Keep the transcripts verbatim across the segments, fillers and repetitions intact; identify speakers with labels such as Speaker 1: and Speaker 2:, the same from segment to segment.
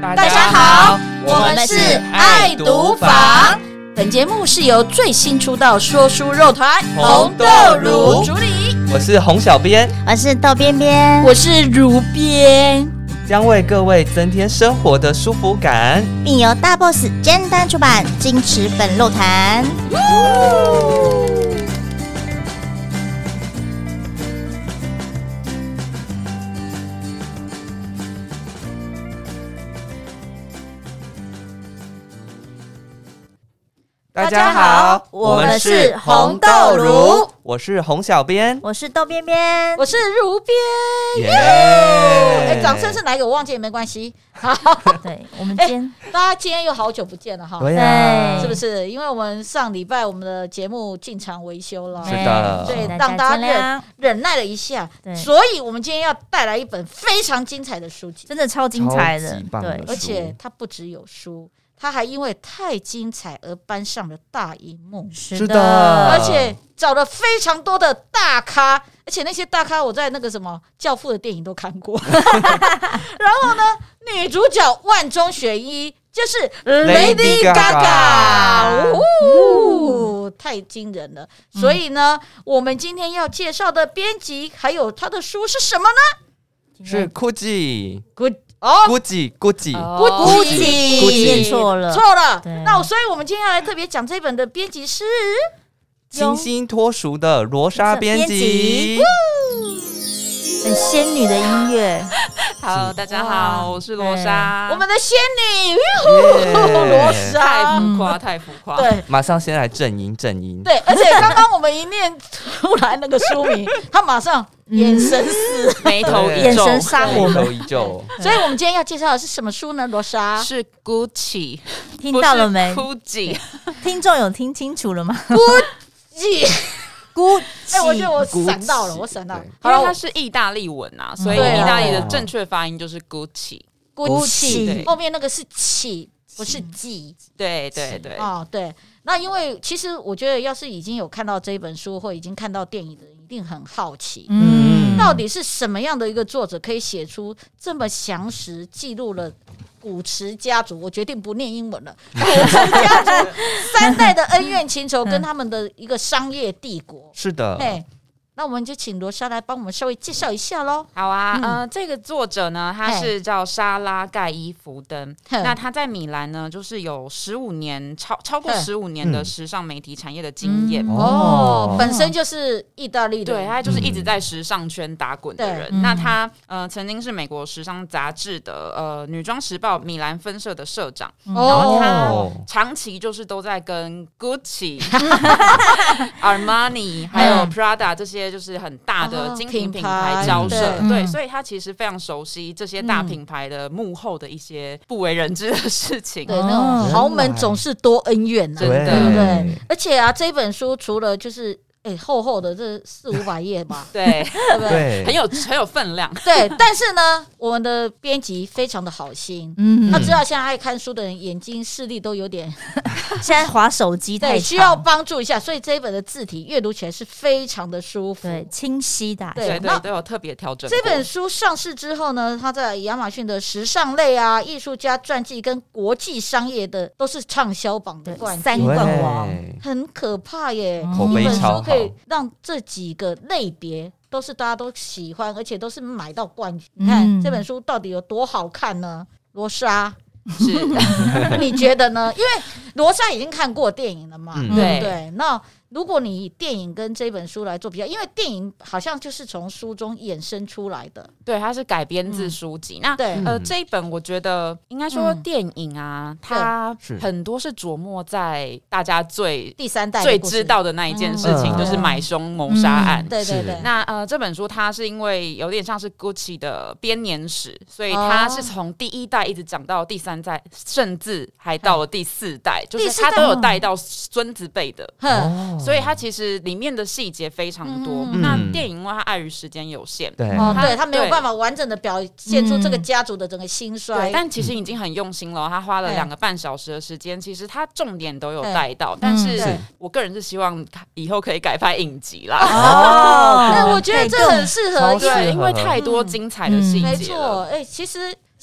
Speaker 1: 大家好，我们是爱读坊。本节目是由最新出道说书肉团红豆乳主理，
Speaker 2: 我是洪小编，
Speaker 3: 我是豆边边，
Speaker 1: 我是乳编，
Speaker 2: 将为各位增添生活的舒服感，
Speaker 3: 并由大 boss 简单出版金池粉肉坛。
Speaker 2: 大家好，
Speaker 1: 我们是红豆乳，
Speaker 2: 我是洪小编，
Speaker 3: 我是豆边边，
Speaker 1: 我是乳编。
Speaker 2: 耶！
Speaker 1: 哎，掌声是哪一个我忘记也没关系。好，
Speaker 3: 对，我们今天、
Speaker 1: 欸、大家今天又好久不见了哈，
Speaker 2: 对啊，
Speaker 1: 是不是？因为我们上礼拜我们的节目进场维修了，
Speaker 2: 是的，
Speaker 1: 所以让大家忍忍耐了一下，所以我们今天要带来一本非常精彩的书籍，
Speaker 3: 真的超精彩的，
Speaker 2: 对，
Speaker 1: 而且它不只有书。他还因为太精彩而搬上了大荧幕，
Speaker 3: 是的，
Speaker 1: 而且找了非常多的大咖，而且那些大咖我在那个什么《教父》的电影都看过。然后呢，女主角万中选一就是 Lady Gaga， 哦，太惊人了。嗯、所以呢，我们今天要介绍的编辑还有他的书是什么呢？
Speaker 2: 是 Gucci。
Speaker 1: 哦
Speaker 2: ，Gucci Gucci
Speaker 1: Gucci
Speaker 3: 念错了，
Speaker 1: 错了。那所以我们今天要来特别讲这本的编辑是
Speaker 2: 清新脱俗的罗莎编辑，
Speaker 3: 很仙女的音乐。
Speaker 4: Hello， 大家好，我是罗莎，
Speaker 1: 我们的仙女罗莎，
Speaker 4: 太浮夸，太浮夸。
Speaker 1: 对，
Speaker 2: 马上先来正音正音。
Speaker 1: 对，而且刚刚我们一念出来那个书名，他马上眼神死，
Speaker 4: 眉头一皱，
Speaker 3: 眼神杀我们，
Speaker 2: 眉头一皱。
Speaker 1: 所以我们今天要介绍的是什么书呢？罗莎
Speaker 4: 是 Gucci，
Speaker 3: 听到了没
Speaker 4: ？Gucci，
Speaker 3: 听众有听清楚了吗
Speaker 1: ？Gucci。
Speaker 3: Gucci，
Speaker 1: 哎，我觉得我闪到了，我闪到了，
Speaker 4: 因为它是意大利文啊，所以意大利的正确发音就是 Gucci。Gucci，
Speaker 1: 后面那个是起，不是记。
Speaker 4: 对对对。
Speaker 1: 哦，对。那因为其实我觉得，要是已经有看到这本书或已经看到电影的人，一定很好奇，嗯，到底是什么样的一个作者可以写出这么详实记录了古驰家族，我决定不念英文了。古驰家族三代的恩怨情仇跟他们的一个商业帝国。
Speaker 2: 是的，
Speaker 1: 哎，那我们就请罗莎来帮我们稍微介绍一下咯。
Speaker 4: 好啊，嗯、呃，这个作者呢，他是叫莎拉盖伊福登。那他在米兰呢，就是有十五年超超过十五年的时尚媒体产业的经验、
Speaker 1: 嗯、哦，本身就是意大利的，
Speaker 4: 对，他就是一直在时尚圈打滚的人。嗯、那他呃曾经是美国时尚杂志的呃女装时报米兰分社的社长，嗯、然后他长期就是都在跟 Gucci、Armani 还有 Prada 这些。就是很大的精品品牌交涉、哦，对，对，所以他其实非常熟悉这些大品牌的幕后的一些不为人知的事情。
Speaker 1: 对，那种豪门总是多恩怨呐、啊，
Speaker 4: 真的，
Speaker 1: 对不对？而且啊，这本书除了就是哎厚厚的这四五百页吧，
Speaker 4: 对，
Speaker 1: 对不对？
Speaker 4: 很有很有分量。
Speaker 1: 对，但是呢，我们的编辑非常的好心，嗯，他知道现在爱看书的人眼睛视力都有点。
Speaker 3: 现在滑手机太长，
Speaker 1: 需要帮助一下，所以这一本的字体阅读起来是非常的舒服，
Speaker 3: 对，清晰的，
Speaker 4: 对对，都有特别调整。
Speaker 1: 这本书上市之后呢，它在亚马逊的时尚类啊、艺术家传记跟国际商业的都是畅销榜的冠军，
Speaker 3: 三冠王，
Speaker 1: 很可怕耶！
Speaker 2: 口碑超好，
Speaker 1: 一本书可以让这几个类别都是大家都喜欢，而且都是买到冠军。你看、嗯、这本书到底有多好看呢？罗莎。
Speaker 4: 是，
Speaker 1: 你觉得呢？因为罗莎已经看过电影了嘛，嗯、对不对？那如果你以电影跟这本书来做比较，因为电影好像就是从书中衍生出来的，
Speaker 4: 对，它是改编自书籍。嗯、那
Speaker 1: 对，
Speaker 4: 呃，这一本我觉得应该说电影啊，嗯、它很多是琢磨在大家最
Speaker 1: 第三代
Speaker 4: 最知道的那一件事情，嗯、就是买凶谋杀案。
Speaker 1: 嗯、对对对。
Speaker 4: 那呃，这本书它是因为有点像是 Gucci 的编年史，所以它是从第一代一直讲到第三代，甚至还到了第四代，嗯、就是它都有带到孙子辈的。哦。所以它其实里面的细节非常多。嗯、那电影因为它碍于时间有限，
Speaker 2: 对，
Speaker 1: 哦，对，它没有办法完整的表现出这个家族的整个兴衰。
Speaker 4: 嗯、但其实已经很用心了，他花了两个半小时的时间，其实他重点都有带到。但是我个人是希望以后可以改拍影集啦。
Speaker 1: 哦，那我觉得这很适合，
Speaker 4: 对，因为太多精彩的细节了。
Speaker 1: 没错，哎，其实。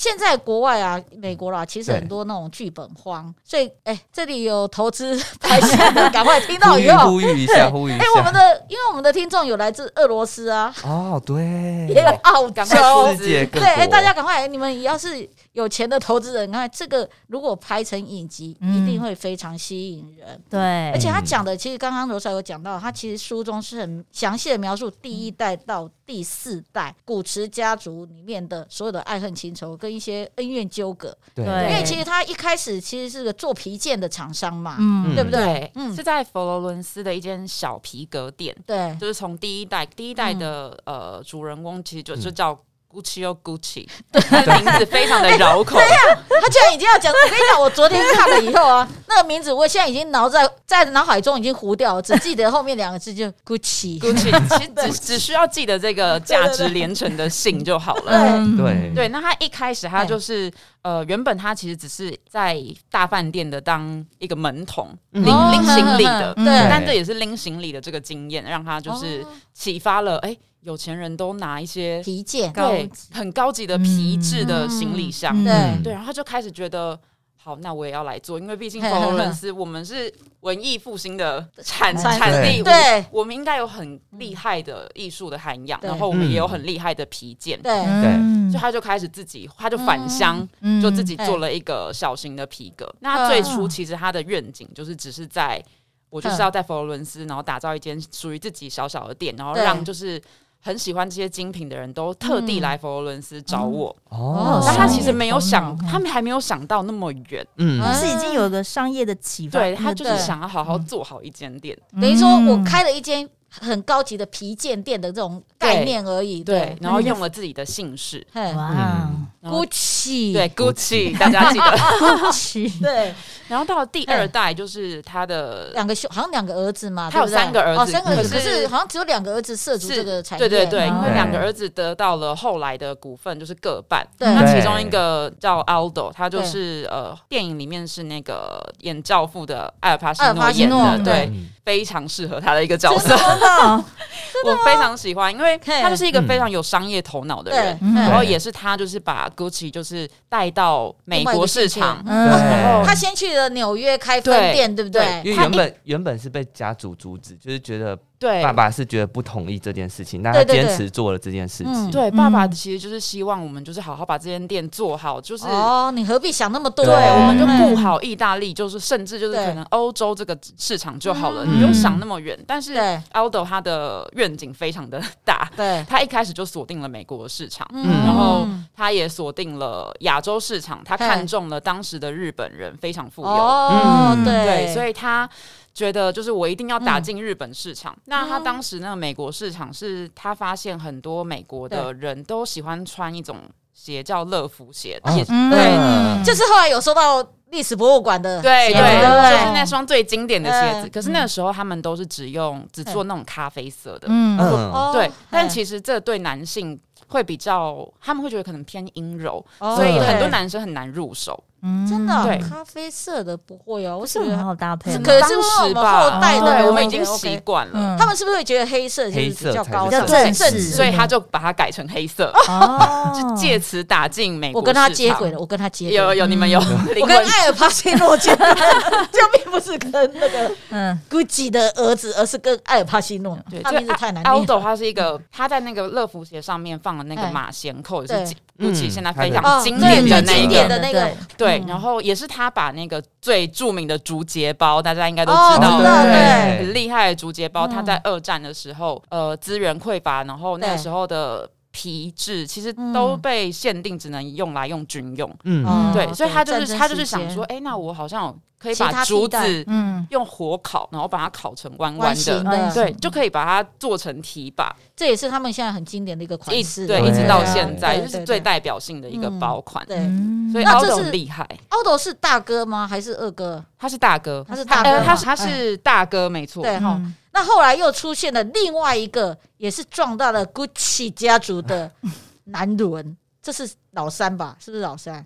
Speaker 1: 现在国外啊，美国啦，其实很多那种剧本荒，所以哎，这里有投资拍戏的，赶快听到以后
Speaker 2: 呼吁一下，呼吁一下。
Speaker 1: 哎，我们的因为我们的听众有来自俄罗斯啊，
Speaker 2: 哦，对，
Speaker 1: 也有澳洲，
Speaker 2: 世界各国，
Speaker 1: 对，哎，大家赶快，你们要是有钱的投资人，看这个如果拍成影集，
Speaker 5: 嗯
Speaker 1: 一定会非常吸引人。
Speaker 5: 对，
Speaker 1: 而且他讲的，其实刚刚罗莎有讲到，他其实书中是很详细的描述第一代到第四代古驰家族里面的所有的爱恨情仇跟一些恩怨纠葛。
Speaker 2: 对，
Speaker 5: 对
Speaker 1: 因为其实他一开始其实是个做皮件的厂商嘛，
Speaker 5: 嗯
Speaker 1: 对不对？
Speaker 4: 对，
Speaker 1: 嗯
Speaker 4: 是在佛罗伦斯的一间小皮革店，
Speaker 1: 对，
Speaker 4: 就是从第一代第一代的、
Speaker 1: 嗯
Speaker 4: 呃主人公其实就就叫 Gucci 哦 Gucci， 他的名字非常的绕口。
Speaker 1: 他居然已经要讲，我跟你讲，我昨天看了以后啊，那个名字我现在已经脑在在脑海中已经糊掉了，只记得后面两个字就 Gucci。
Speaker 4: Gucci 其实只只需要记得这个价值连城的姓就好了。
Speaker 5: 嗯
Speaker 2: 对
Speaker 4: 对，那他一开始他就是呃，原本他其实只是在大饭店的当一个门童，
Speaker 2: 嗯
Speaker 4: 拎
Speaker 1: 哦
Speaker 4: 拎行李的，
Speaker 5: 嗯
Speaker 1: 对
Speaker 4: 但这也是拎行李的这个经验，让他就是启发了，哎，有钱人都拿一些
Speaker 1: 皮件，
Speaker 4: 对很高级的皮质的行李箱，
Speaker 5: 嗯
Speaker 1: 对
Speaker 4: 对，然后他就开始觉得。好，那我也要来做，因为毕竟
Speaker 1: 嘿
Speaker 4: 佛罗伦斯，我们是文艺复兴的产
Speaker 1: 产
Speaker 4: 产地，
Speaker 1: 对
Speaker 4: 我，我们应该有很厉害的艺术的涵养，
Speaker 1: 对
Speaker 4: 然后我们也有很厉害的皮件，
Speaker 1: 对，
Speaker 5: 嗯
Speaker 4: 所以他就开始自己，他就返乡，
Speaker 5: 嗯
Speaker 4: 就自己做了一个小型的皮革。那他最初其实他的愿景就是只是在，我就是要在佛罗伦斯，然后打造一间属于自己小小的店，然后
Speaker 1: 对
Speaker 4: 让就是很喜欢这些精品的人都特地来佛罗伦斯找我。
Speaker 2: 哦，
Speaker 4: 但他其实没有想，
Speaker 5: 商业头脑
Speaker 4: 他们还没有想到那么远。
Speaker 2: 嗯
Speaker 5: 是已经有一个商业的启发，
Speaker 4: 对他就是
Speaker 1: 对
Speaker 4: 想要好好做好一间店。
Speaker 1: 等于说
Speaker 5: 嗯
Speaker 1: 我开了一间很高级的皮件店的这种概念而已。
Speaker 4: 对，然后用了自己的姓氏，
Speaker 1: 嘿
Speaker 5: 哇，
Speaker 4: 然后
Speaker 1: ，Gucci，
Speaker 4: 对 Gucci，大家记得。
Speaker 5: 去
Speaker 1: 对，
Speaker 4: 然后到了第二代，就是他的
Speaker 1: 两个兄，好像两个儿子嘛，
Speaker 4: 他有
Speaker 1: 对不对
Speaker 4: 三个儿子
Speaker 1: 哦，三个儿子，
Speaker 4: 可是
Speaker 1: 可是好像只有两个儿子涉足这个产业。
Speaker 4: 对对对，因为
Speaker 2: 对
Speaker 4: 两个儿子得到了后来的股份，就是各半。
Speaker 1: 对
Speaker 4: 那
Speaker 2: 对
Speaker 4: 其中一个叫 Aldo，他就是呃，电影里面是那个演《教父》的艾尔帕西
Speaker 1: 艾尔帕西诺
Speaker 4: 诺演的，
Speaker 1: 对
Speaker 4: 对，
Speaker 2: 嗯
Speaker 4: 非常适合他的一个角色，
Speaker 5: 哦
Speaker 4: 我非常喜欢，因为
Speaker 1: 嘿
Speaker 4: 他就是一个非常有商业头脑的
Speaker 1: 对
Speaker 4: 人，，
Speaker 5: 嗯
Speaker 4: 然后
Speaker 2: 对
Speaker 4: 也是他就是把 Gucci 就是带到美国市场，
Speaker 5: 嗯
Speaker 2: 对
Speaker 1: 他先去了纽约开分店，对不对？
Speaker 2: 因为原本原本是被家族阻止，就是觉得
Speaker 4: 对
Speaker 2: 爸爸是觉得不同意这件事情，但他
Speaker 1: 对对对
Speaker 2: 坚持做了这件事
Speaker 1: 嗯
Speaker 2: 情。
Speaker 4: 对，爸爸
Speaker 5: 嗯
Speaker 4: 其实就是希望我们就是好好把这间店做好，就是。
Speaker 1: 哦，你何必想那么多？
Speaker 4: 对，我们就
Speaker 1: 嗯
Speaker 4: 顾好意大利，就是甚至就是
Speaker 1: 对
Speaker 4: 可能欧洲这个市场就好了，
Speaker 1: 嗯
Speaker 4: 你不用想那么远。但是
Speaker 1: 对
Speaker 4: Aldo 他的愿景非常的大，
Speaker 1: 对，
Speaker 4: 他一开始就锁定了美国市场，
Speaker 1: 嗯
Speaker 4: 然后他也锁定了亚洲市场，他看中了当时的日本人非常富有，
Speaker 1: 哦，
Speaker 2: 嗯
Speaker 1: 对
Speaker 4: 对，所以他觉得就是我一定要打进日本市场。那他当时那个美国市场是他发现很多美国的人都喜欢穿一种鞋叫乐福鞋，
Speaker 2: 哦
Speaker 4: 也
Speaker 5: 嗯
Speaker 1: 对
Speaker 5: 嗯
Speaker 1: 就是后来有收到历史博物馆的鞋子
Speaker 4: 对对，
Speaker 1: 对不对
Speaker 4: 就是那双最经典的鞋子。
Speaker 1: 嗯
Speaker 4: 可是那个时候他们都是只用只做那种咖啡色的，
Speaker 5: 嗯
Speaker 2: 嗯，
Speaker 1: 哦
Speaker 4: 对。但
Speaker 1: 嘿
Speaker 4: 其实这对男性会比较，他们会觉得可能偏阴柔，
Speaker 1: 哦
Speaker 4: 所以很多
Speaker 1: 对
Speaker 4: 男生很难入手。
Speaker 5: 嗯
Speaker 1: 真的哦
Speaker 4: 对
Speaker 1: 咖啡色的不会哦，我
Speaker 5: 是很好搭配吗，
Speaker 1: 可是
Speaker 4: 当时
Speaker 1: 我们
Speaker 4: 吧，
Speaker 1: 后代的
Speaker 4: 对，
Speaker 1: 人
Speaker 4: 我们已经
Speaker 1: OK，OK
Speaker 4: 习惯了。
Speaker 5: 嗯
Speaker 1: 他们是不是会觉得黑色就是比较高尚、
Speaker 2: 黑色才是
Speaker 5: 正式
Speaker 1: 正式？
Speaker 4: 所以他就把它改成黑色，
Speaker 5: 哦
Speaker 4: 就借此打进美国
Speaker 1: 我跟他
Speaker 4: 市场
Speaker 1: 接轨了，我跟他接轨
Speaker 4: 有有，你们有
Speaker 1: 我
Speaker 4: 灵魂
Speaker 1: 跟艾尔帕西诺接轨，就并不是跟那个
Speaker 5: 嗯
Speaker 1: Gucci 的儿子，而是跟艾尔帕西诺
Speaker 4: 对，。
Speaker 1: 他名字太难念
Speaker 4: Aldo
Speaker 1: 了。
Speaker 4: 他是一个，他在那个乐福鞋上面放了那个
Speaker 1: 哎
Speaker 4: 马衔扣，也
Speaker 1: 对
Speaker 4: 是 Gucci
Speaker 2: 嗯
Speaker 4: 现在非
Speaker 2: 他的
Speaker 1: 哦
Speaker 4: 常经典
Speaker 1: 对
Speaker 4: 的那一
Speaker 1: 最经典
Speaker 4: 个。
Speaker 1: 的那个
Speaker 5: 对
Speaker 4: 对，然后也是他把那个最著名的竹节包，大家应该都
Speaker 1: 哦
Speaker 4: 知道，
Speaker 1: 知道
Speaker 2: 对
Speaker 4: 很厉害的竹节包。
Speaker 1: 嗯
Speaker 4: 他在二战的时候，呃，资源匮乏，然后那个
Speaker 1: 对
Speaker 4: 时候的皮质其实
Speaker 1: 嗯
Speaker 4: 都被限定只能用来用军用。
Speaker 2: 嗯
Speaker 1: 哦
Speaker 4: 对，所以他就
Speaker 1: 战争
Speaker 4: 是他就是
Speaker 1: 期间
Speaker 4: 想说，哎，那我好像有可以
Speaker 1: 其他
Speaker 4: 把竹
Speaker 1: 替代
Speaker 4: 子
Speaker 5: 嗯
Speaker 4: 用火烤，然后把它烤成弯弯
Speaker 1: 弯形
Speaker 4: 的，
Speaker 1: 的，
Speaker 4: 对，就可以把它做成提把，
Speaker 1: 这也是他们现在很经典的一个款
Speaker 4: 一
Speaker 1: 式。
Speaker 4: 对，
Speaker 2: 对
Speaker 4: 一直到现在，
Speaker 1: 对
Speaker 4: 就是最代表性的一个包款。
Speaker 1: 对。
Speaker 5: 嗯
Speaker 4: 所以
Speaker 1: 那这
Speaker 4: Aldo
Speaker 1: 是
Speaker 4: 很厉害，
Speaker 1: Aldo 是大哥吗？还是二哥？
Speaker 4: 他是大哥，
Speaker 1: 他是大哥嘛
Speaker 4: 呃他是他是大哥，没错。
Speaker 1: 对哈。
Speaker 5: 嗯
Speaker 1: 那后来又出现了另外一个，也是壮大了 Gucci 家族的男人，这是老三吧？是不是老三？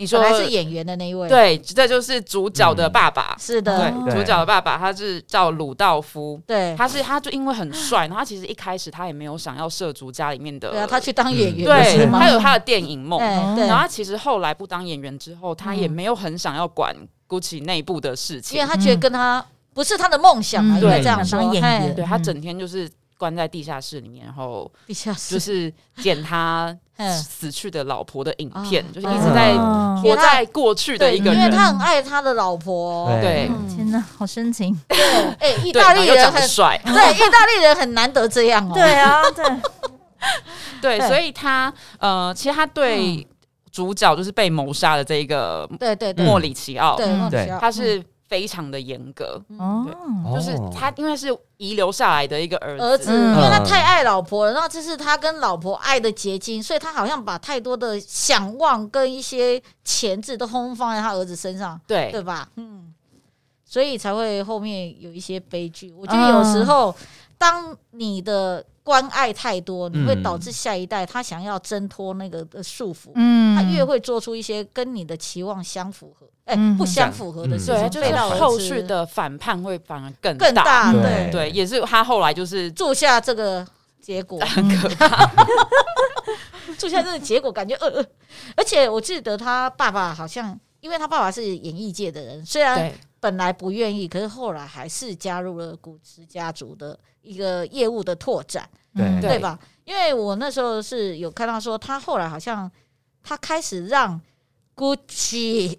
Speaker 4: 你说
Speaker 1: 本来是演员的那一位，
Speaker 4: 对，这就是主角的爸爸，
Speaker 1: 嗯、是的，
Speaker 4: 对，主角的爸爸他是叫鲁道夫，
Speaker 1: 对，
Speaker 4: 他是他就因为很帅，然后他其实一开始他也没有想要涉足家里面的，
Speaker 1: 对啊，他去当演员，
Speaker 4: 对，
Speaker 1: 他
Speaker 4: 他有他的电影梦，
Speaker 1: 对，
Speaker 4: 然后他其实后来不当演员之后，他也没有很想要管 Gucci 内部的事情，
Speaker 1: 因为他觉得跟他不是他的梦想啊，对，这样说，
Speaker 5: 当演员，
Speaker 4: 对他整天就是关在地下室里面，然后
Speaker 1: 地下室
Speaker 4: 就是剪他死去的老婆的影片，
Speaker 1: 嗯、
Speaker 4: 就是一直在活在过去的一个人，
Speaker 1: 因为他很爱他的老婆。
Speaker 4: 对，
Speaker 5: 嗯、天哪，好深情。
Speaker 1: 对，哎、欸，意大利人很
Speaker 4: 帅，
Speaker 1: 对，意大利人很难得这样哦。
Speaker 5: 对啊，对，
Speaker 4: 对，所以他呃，其实他对主角就是被谋杀的这一个，
Speaker 1: 对对对，
Speaker 4: 莫里奇奥，
Speaker 1: 对，莫里奇奥，
Speaker 4: 他是。非常的严格，
Speaker 5: 哦，
Speaker 4: 就是他因为是遗留下来的一个儿子，
Speaker 1: 儿子，因为他太爱老婆了，然后这是他跟老婆爱的结晶，所以他好像把太多的想望跟一些钳制都通通放在他儿子身上，
Speaker 4: 对
Speaker 1: 对吧？嗯，所以才会后面有一些悲剧。我觉得有时候，当你的关爱太多，你会导致下一代他想要挣脱那个的束缚，嗯，他越会做出一些跟你的期望相符合。哎、欸，不相符合的事情，
Speaker 4: 对，就是后续的反叛会反而更大，
Speaker 1: 更大，对
Speaker 4: 对，也是他后来就是
Speaker 1: 注下这个结果，
Speaker 4: 很可怕。
Speaker 1: 注下这个结果，感觉呃呃，而且我记得他爸爸好像，因为他爸爸是演艺界的人，虽然本来不愿意，可是后来还是加入了古驰家族的一个业务的拓展，
Speaker 2: 对
Speaker 1: 对吧？因为我那时候是有看到说，他后来好像他开始让。Gucci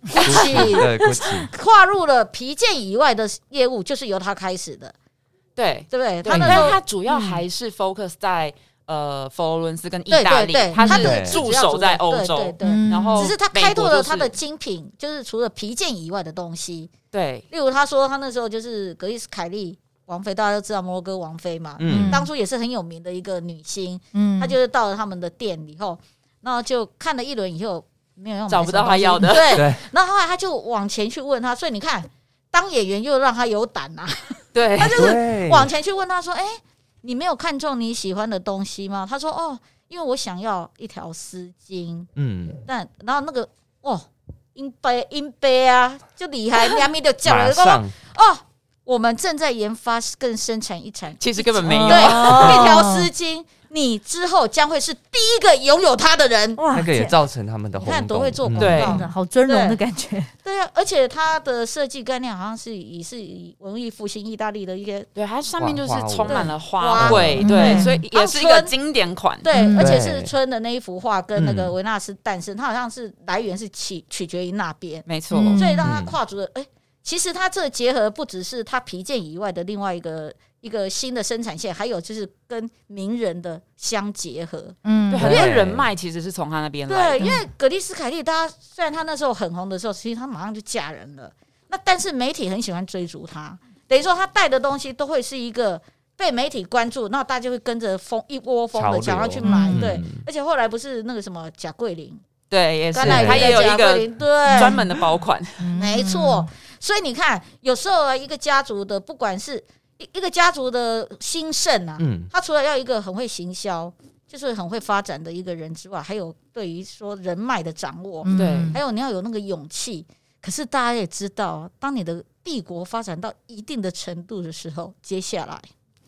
Speaker 1: Gucci 跨入了皮件以外的业务，就是由他开始的，
Speaker 4: 对
Speaker 1: 对不对？
Speaker 4: 他但是他主要还是 focus 在、嗯、呃佛罗伦斯跟意大利，他是驻守在欧洲，
Speaker 1: 对对对，
Speaker 4: 然后
Speaker 1: 只是他开拓了他的精品，就是除了皮件以外的东西，
Speaker 4: 对，
Speaker 1: 例如他说他那时候就是格丽斯凯利王妃，大家都知道摩洛哥王妃嘛，
Speaker 2: 嗯，
Speaker 1: 当初也是很有名的一个女星，嗯，她就是到了他们的店以后，然后就看了一轮以后。没有
Speaker 4: 找不到他要的，
Speaker 1: 对，然后后来他就往前去问他，所以你看，当演员又让他有胆啊，
Speaker 4: 对，
Speaker 1: 他就是往前去问他说：“哎、欸，你没有看中你喜欢的东西吗？”他说：“哦，因为我想要一条丝巾。”嗯，但然后那个哦，英杯英杯啊，就厉害，两米就叫了，说：“哦，我们正在研发更生产一产，
Speaker 4: 其实根本没有，
Speaker 1: 对，一条丝巾。”你之后将会是第一个拥有它的人，
Speaker 2: 哇！那个也造成他们的轰动，
Speaker 1: 你看多会做广告，
Speaker 4: 对，
Speaker 5: 好尊荣的感觉。
Speaker 1: 对啊，而且它的设计概念好像是以是以文艺复兴意大利的一个，
Speaker 4: 对，它上面就是充满了花卉，对，所以也是一个经典款。
Speaker 1: 对，而且是春的那一幅画跟那个维纳斯诞生，它好像是来源是取取决于那边，
Speaker 4: 没错。
Speaker 1: 所以让它跨足了，哎，其实它这个结合不只是它皮件以外的另外一个。一个新的生产线，还有就是跟名人的相结合，
Speaker 4: 嗯，对，很多人脉其实是从他那边来的。
Speaker 1: 对，因为格丽斯凯利，大家虽然他那时候很红的时候，其实他马上就嫁人了。那但是媒体很喜欢追逐他，等于说他带的东西都会是一个被媒体关注，那大家会跟着风一窝蜂的想要去买。对，而且后来不是那个什么贾桂林，
Speaker 4: 对，也是，他也有一个
Speaker 1: 对
Speaker 4: 专门的包款，
Speaker 1: 没错。所以你看，有时候一个家族的，不管是一个家族的兴盛啊，嗯，他除了要一个很会行销，就是很会发展的一个人之外，还有对于说人脉的掌握，
Speaker 4: 对、嗯，
Speaker 1: 还有你要有那个勇气。可是大家也知道，当你的帝国发展到一定的程度的时候，接下来，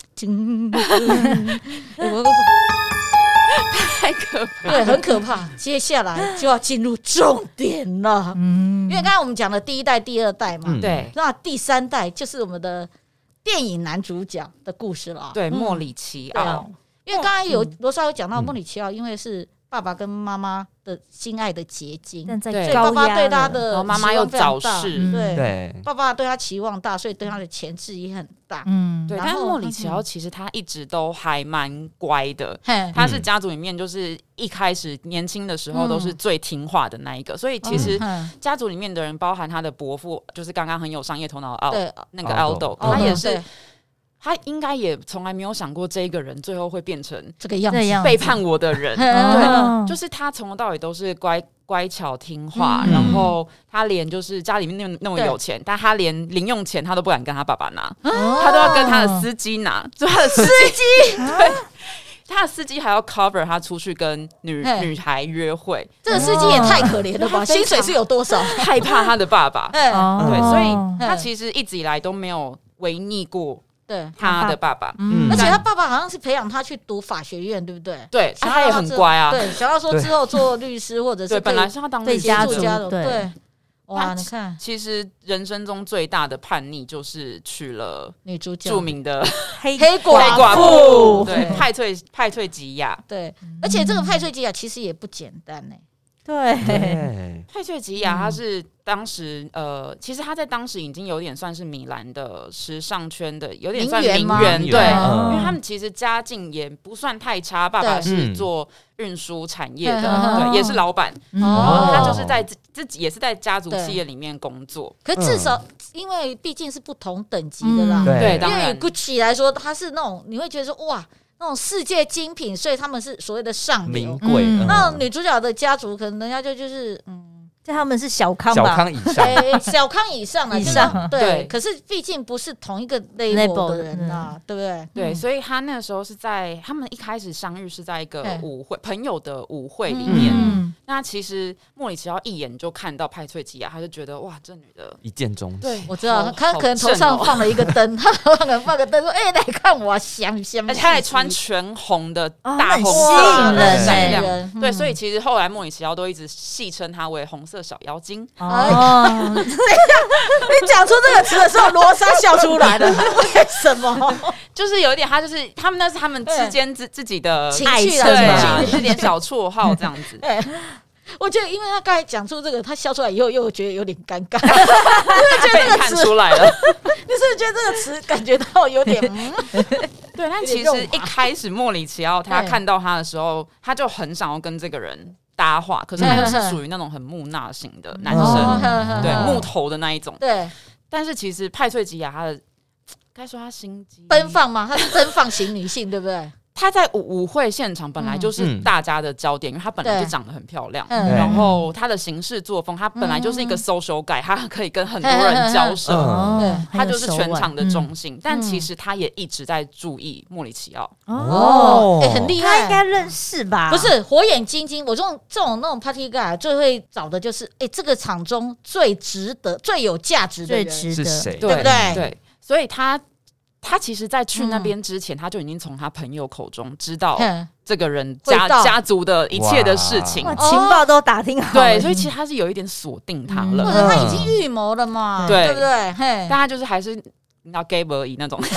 Speaker 4: 太可怕，
Speaker 1: 对，很可怕。接下来就要进入重点了，嗯，因为刚才我们讲的第一代、第二代嘛，
Speaker 4: 嗯、对，
Speaker 1: 那第三代就是我们的。电影男主角的故事了，
Speaker 4: 对，莫里奇奥、
Speaker 1: 嗯，因为刚才有罗莎有讲到莫里奇奥，因为是爸爸跟妈妈的心爱的结晶，
Speaker 5: 所
Speaker 1: 以爸爸对他的
Speaker 4: 妈妈又早逝，
Speaker 1: 对
Speaker 2: 对，
Speaker 1: 爸爸对他期望大，所以对他的钳制也很大，
Speaker 5: 嗯，
Speaker 4: 对。但是莫里奇奥其实他一直都还蛮乖的，嗯、他是家族里面就是一开始年轻的时候都是最听话的那一个，嗯、所以其实家族里面的人，包含他的伯父，就是刚刚很有商业头脑的奥，那个 Aldo， 他也是。他应该也从来没有想过这一个人最后会变成
Speaker 1: 这个样子，
Speaker 4: 背叛我的人。对，就是他从头到尾都是乖乖巧听话，嗯、然后他连就是家里面那么那么有钱，但他连零用钱他都不敢跟他爸爸拿，哦、他都要跟他的司机拿，就他的司机对。 他的司机还要 cover 他出去跟女女孩约会，
Speaker 1: 这个司机也太可怜了吧？薪水是有多少？
Speaker 4: 害怕他的爸爸，对，
Speaker 5: 哦
Speaker 4: 所以他其实一直以来都没有违逆过
Speaker 1: 对
Speaker 4: 他的爸爸，
Speaker 5: 嗯
Speaker 1: 而且他爸爸好像是培养他去读法学院，对不对？
Speaker 4: 对，他也很乖啊，
Speaker 1: 对，想要说之后做律师或者是
Speaker 4: 对，本来是要当律师
Speaker 5: 对家族
Speaker 1: 家族，
Speaker 5: 对
Speaker 1: 对，哇，你看
Speaker 4: 其实人生中最大的叛逆就是娶了
Speaker 1: 女主角
Speaker 4: 著名的
Speaker 5: 黑
Speaker 1: 黑寡
Speaker 4: 黑寡
Speaker 1: 妇
Speaker 4: 妇，对，派翠派翠吉亚。
Speaker 1: 对，而且这个派翠吉亚其实也不简单呢。
Speaker 5: 对，
Speaker 2: 对，
Speaker 4: 派翠吉亚，她是当时呃，其实她在当时已经有点算是米兰的时尚圈的，有点算名
Speaker 1: 名媛吗
Speaker 4: 媛，对，
Speaker 2: 名媛嗯
Speaker 4: 因为他们其实家境也不算太差，爸爸
Speaker 1: 对
Speaker 4: 是做运输产业的，
Speaker 1: 嗯
Speaker 4: 对，也是老板，
Speaker 1: 哦
Speaker 4: 他就是在自自己也是在家族企业里面工作，
Speaker 1: 可至少因为毕竟是不同等级的啦，
Speaker 5: 嗯
Speaker 4: 对，
Speaker 2: 对，
Speaker 4: 当然
Speaker 1: 因为以 Gucci 来说，它是那种你会觉得说哇，那种世界精品，所以他们是所谓的上流。
Speaker 2: 名贵，
Speaker 5: 嗯
Speaker 2: 嗯
Speaker 1: 那女主角的家族可能人家就就是嗯，
Speaker 5: 就他们是小康
Speaker 2: 小
Speaker 5: 吧，
Speaker 2: 康以上，
Speaker 1: 诶小康以上了，
Speaker 5: 以
Speaker 1: 就是
Speaker 5: 上
Speaker 1: 对。
Speaker 4: 对
Speaker 1: 可是毕竟不是同一个
Speaker 5: level
Speaker 1: level
Speaker 5: 的
Speaker 1: 的人呐，对不对？
Speaker 4: 对，
Speaker 1: 嗯
Speaker 4: 所以他那个时候是在他们一开始相遇是在一个
Speaker 1: 对
Speaker 4: 舞会朋友的舞会里面。
Speaker 5: 嗯，
Speaker 4: 那其实莫里奇奥一眼就看到派翠吉亚，他就觉得哇，这女的
Speaker 2: 一见钟情。
Speaker 4: 对
Speaker 1: 我知道，
Speaker 4: 好
Speaker 1: 他可能头上放了一个灯，他可能放个灯说：“哎，来看我香香。”
Speaker 4: 而且他还穿全红的
Speaker 5: 哦
Speaker 4: 大红
Speaker 5: 很吸
Speaker 4: 色的
Speaker 5: 引人欸
Speaker 4: 闪亮。
Speaker 1: 人
Speaker 4: 对，所以其实后来莫里奇奥都一直戏称他为红色小妖精。
Speaker 5: 哦，
Speaker 1: 你讲出这个词的时候，罗莎笑出来了，为什么？
Speaker 4: 就是有一点，他就是他们那是他们之间自自己的
Speaker 1: 情
Speaker 5: 爱
Speaker 1: 绪
Speaker 5: 情
Speaker 4: 对
Speaker 5: 嘛
Speaker 4: 有点小绰号这样子。
Speaker 1: 对，我觉得，因为他刚才讲出这个，他笑出来以后，又觉得有点尴尬。你
Speaker 4: 被你看出来了，
Speaker 1: 是不是觉得这个词感觉到有点？嗯
Speaker 4: 对，但
Speaker 1: 有点
Speaker 4: 其实
Speaker 1: 肉麻
Speaker 4: 一开始莫里奇奥他
Speaker 1: 对
Speaker 4: 看到他的时候，他就很想要跟这个人搭话，可是他又是属于那种很木讷型的男
Speaker 2: 哦
Speaker 4: 生，
Speaker 1: 呵呵
Speaker 4: 对，
Speaker 1: 呵
Speaker 4: 木头的那一种。
Speaker 1: 对
Speaker 4: 但是其实派翠吉亚她的，该说她心机
Speaker 1: 奔放嘛，她是奔放型女性，对不对？
Speaker 4: 她在舞舞会现场本来就是
Speaker 2: 嗯
Speaker 4: 大家的焦点，因为她本来
Speaker 1: 对
Speaker 4: 就长得很漂亮。
Speaker 1: 嗯
Speaker 4: 然后她的行事作风，她本来就是一个 social guy，她可以跟很多人交手，
Speaker 2: 嗯
Speaker 1: 对
Speaker 5: 哦
Speaker 4: 她就是全场的中
Speaker 5: 嗯
Speaker 4: 心。但其实她也一直在注意莫里奇奥，
Speaker 1: 哦，哎，很厉害，
Speaker 5: 他应该认识吧？
Speaker 1: 不是火眼金睛。我这种这种那种 party guy 最会找的就是，哎，这个场中最值得、最有价值的
Speaker 5: 最
Speaker 1: 人。
Speaker 5: 值得，
Speaker 2: 是谁？
Speaker 1: 对不对
Speaker 4: 对，所以她。她其实，在去那边之前，她就已经从她朋友口中知道
Speaker 1: 哼
Speaker 4: 这个人家
Speaker 1: 会到
Speaker 4: 家族的一切的事情。
Speaker 5: 哇，情报都打听好了，
Speaker 4: 对，所以其实他是有一点锁定他了，
Speaker 1: 或者他已经预谋了嘛，
Speaker 4: 对
Speaker 1: 对不对？嘿，
Speaker 4: 但他就是还是你知道 gay 而已那种。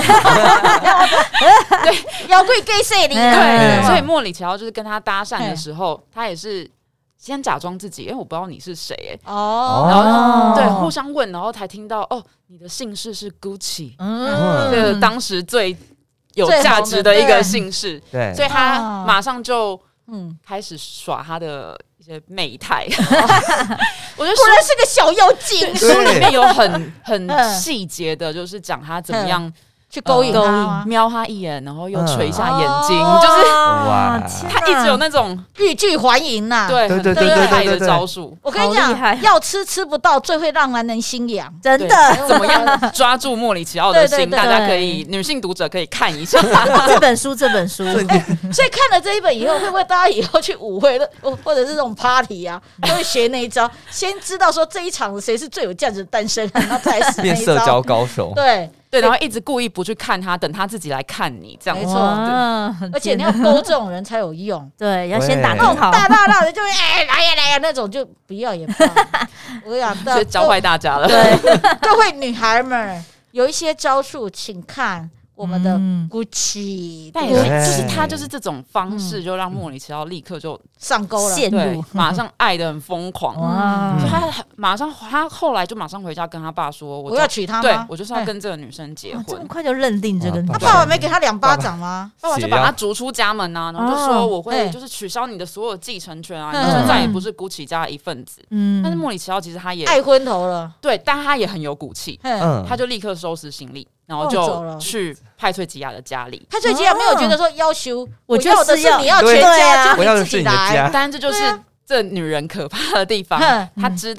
Speaker 1: 妖怪 gay 谁你
Speaker 5: 嗯
Speaker 4: 对，
Speaker 5: 嗯
Speaker 4: 所以莫里奇奥就是跟他搭讪的时候，他也是先假装自己，哎，我不知道你是谁，哎，
Speaker 1: 哦，
Speaker 4: 然后
Speaker 5: 哦
Speaker 4: 对互相问，然后才听到哦，你的姓氏是 Gucci，
Speaker 5: 嗯
Speaker 4: 这个当时最有价值的一个姓氏，
Speaker 2: 对，
Speaker 4: 所以他马上就
Speaker 1: 嗯，
Speaker 4: 开始耍他的一些媚态。我觉得
Speaker 1: 果然是个小妖精，
Speaker 4: 书书里面有很很
Speaker 1: 嗯
Speaker 4: 细节的，就是讲他怎么样
Speaker 1: 去勾引他
Speaker 4: 呃
Speaker 1: 吗？
Speaker 4: 瞄他一眼，然后又垂一下眼睛，
Speaker 1: 嗯
Speaker 4: 就是
Speaker 2: 哇
Speaker 5: 天
Speaker 4: 他一直有那种
Speaker 1: 欲拒还迎呐。，
Speaker 4: 对很
Speaker 2: 对对
Speaker 1: 对对
Speaker 4: 厉害的
Speaker 2: 对对对
Speaker 4: 招数，
Speaker 1: 我跟你
Speaker 5: 好厉害
Speaker 1: 讲，要吃吃不到，最会让男人心痒。
Speaker 5: 真
Speaker 4: 对
Speaker 5: 的，
Speaker 4: 怎么样抓住莫里奇奥的心？
Speaker 1: 对对对
Speaker 4: 大家可以女性读者可以看一下。
Speaker 5: 这本书，这本书，
Speaker 1: 所以看了这一本以后，会不会大家以后去舞会的，或者是这种 party 啊，都会学那一招，先知道说这一场谁是最有价值的单身，然后再来试那一
Speaker 2: 变社交
Speaker 1: 招。
Speaker 2: 高手。
Speaker 1: 对，
Speaker 4: 对，然后一直故意不去看他，等他自己来看你，这样子。
Speaker 1: 没错
Speaker 5: 哇
Speaker 1: 而且你要勾这种人才有用。
Speaker 5: 对，要先打
Speaker 2: 对
Speaker 1: 那种
Speaker 5: 听好，
Speaker 1: 大大大的就会哎来呀来呀那种就不要也罢。我跟你讲，
Speaker 4: 所以教坏大家了。
Speaker 1: 对各位女孩们有一些招数，请看我们的
Speaker 5: 嗯
Speaker 1: Gucci，
Speaker 4: 但也
Speaker 1: 对
Speaker 4: 是，就是他就是这种方式，就让莫里奇奥立刻就
Speaker 1: 上钩了。
Speaker 5: 陷
Speaker 4: 对
Speaker 5: 入，
Speaker 4: 马上爱得很疯狂。
Speaker 5: 哇
Speaker 4: 所以他马上，他后来就马上回家跟他爸说：“我
Speaker 1: 我要娶她吗？
Speaker 4: 对我就是要
Speaker 1: 哎
Speaker 4: 跟这个女生结
Speaker 5: 哇这么
Speaker 4: 婚。
Speaker 5: 快就认定这个女
Speaker 2: 哇
Speaker 1: 他
Speaker 5: 生，
Speaker 1: 爸爸没给他两巴掌吗？”
Speaker 4: 爸爸就把他逐出家门啊，然后就说：“我会
Speaker 1: 哎
Speaker 4: 就是取消你的所有继承权啊，
Speaker 1: 嗯
Speaker 4: 你就再也不是古奇家的一份子。”
Speaker 5: 嗯
Speaker 4: 但是莫里奇奥其实他也
Speaker 1: 爱昏头了。
Speaker 4: 对，但他也很有骨气，
Speaker 1: 嗯，
Speaker 2: 嗯，
Speaker 4: 他就立刻收拾行李，然后
Speaker 1: 哦走了
Speaker 4: 就去派翠吉亚的家里。
Speaker 1: 他最近没有觉得说要求，
Speaker 5: 我
Speaker 1: 我要的
Speaker 5: 就是要
Speaker 1: 是你要
Speaker 2: 对
Speaker 1: 全家，
Speaker 5: 啊
Speaker 1: 就你自己
Speaker 2: 我要的是你的
Speaker 1: 来。
Speaker 2: 家。
Speaker 4: 但这就是
Speaker 1: 对啊
Speaker 4: 这女人可怕的地方
Speaker 1: 嗯，
Speaker 4: 她知道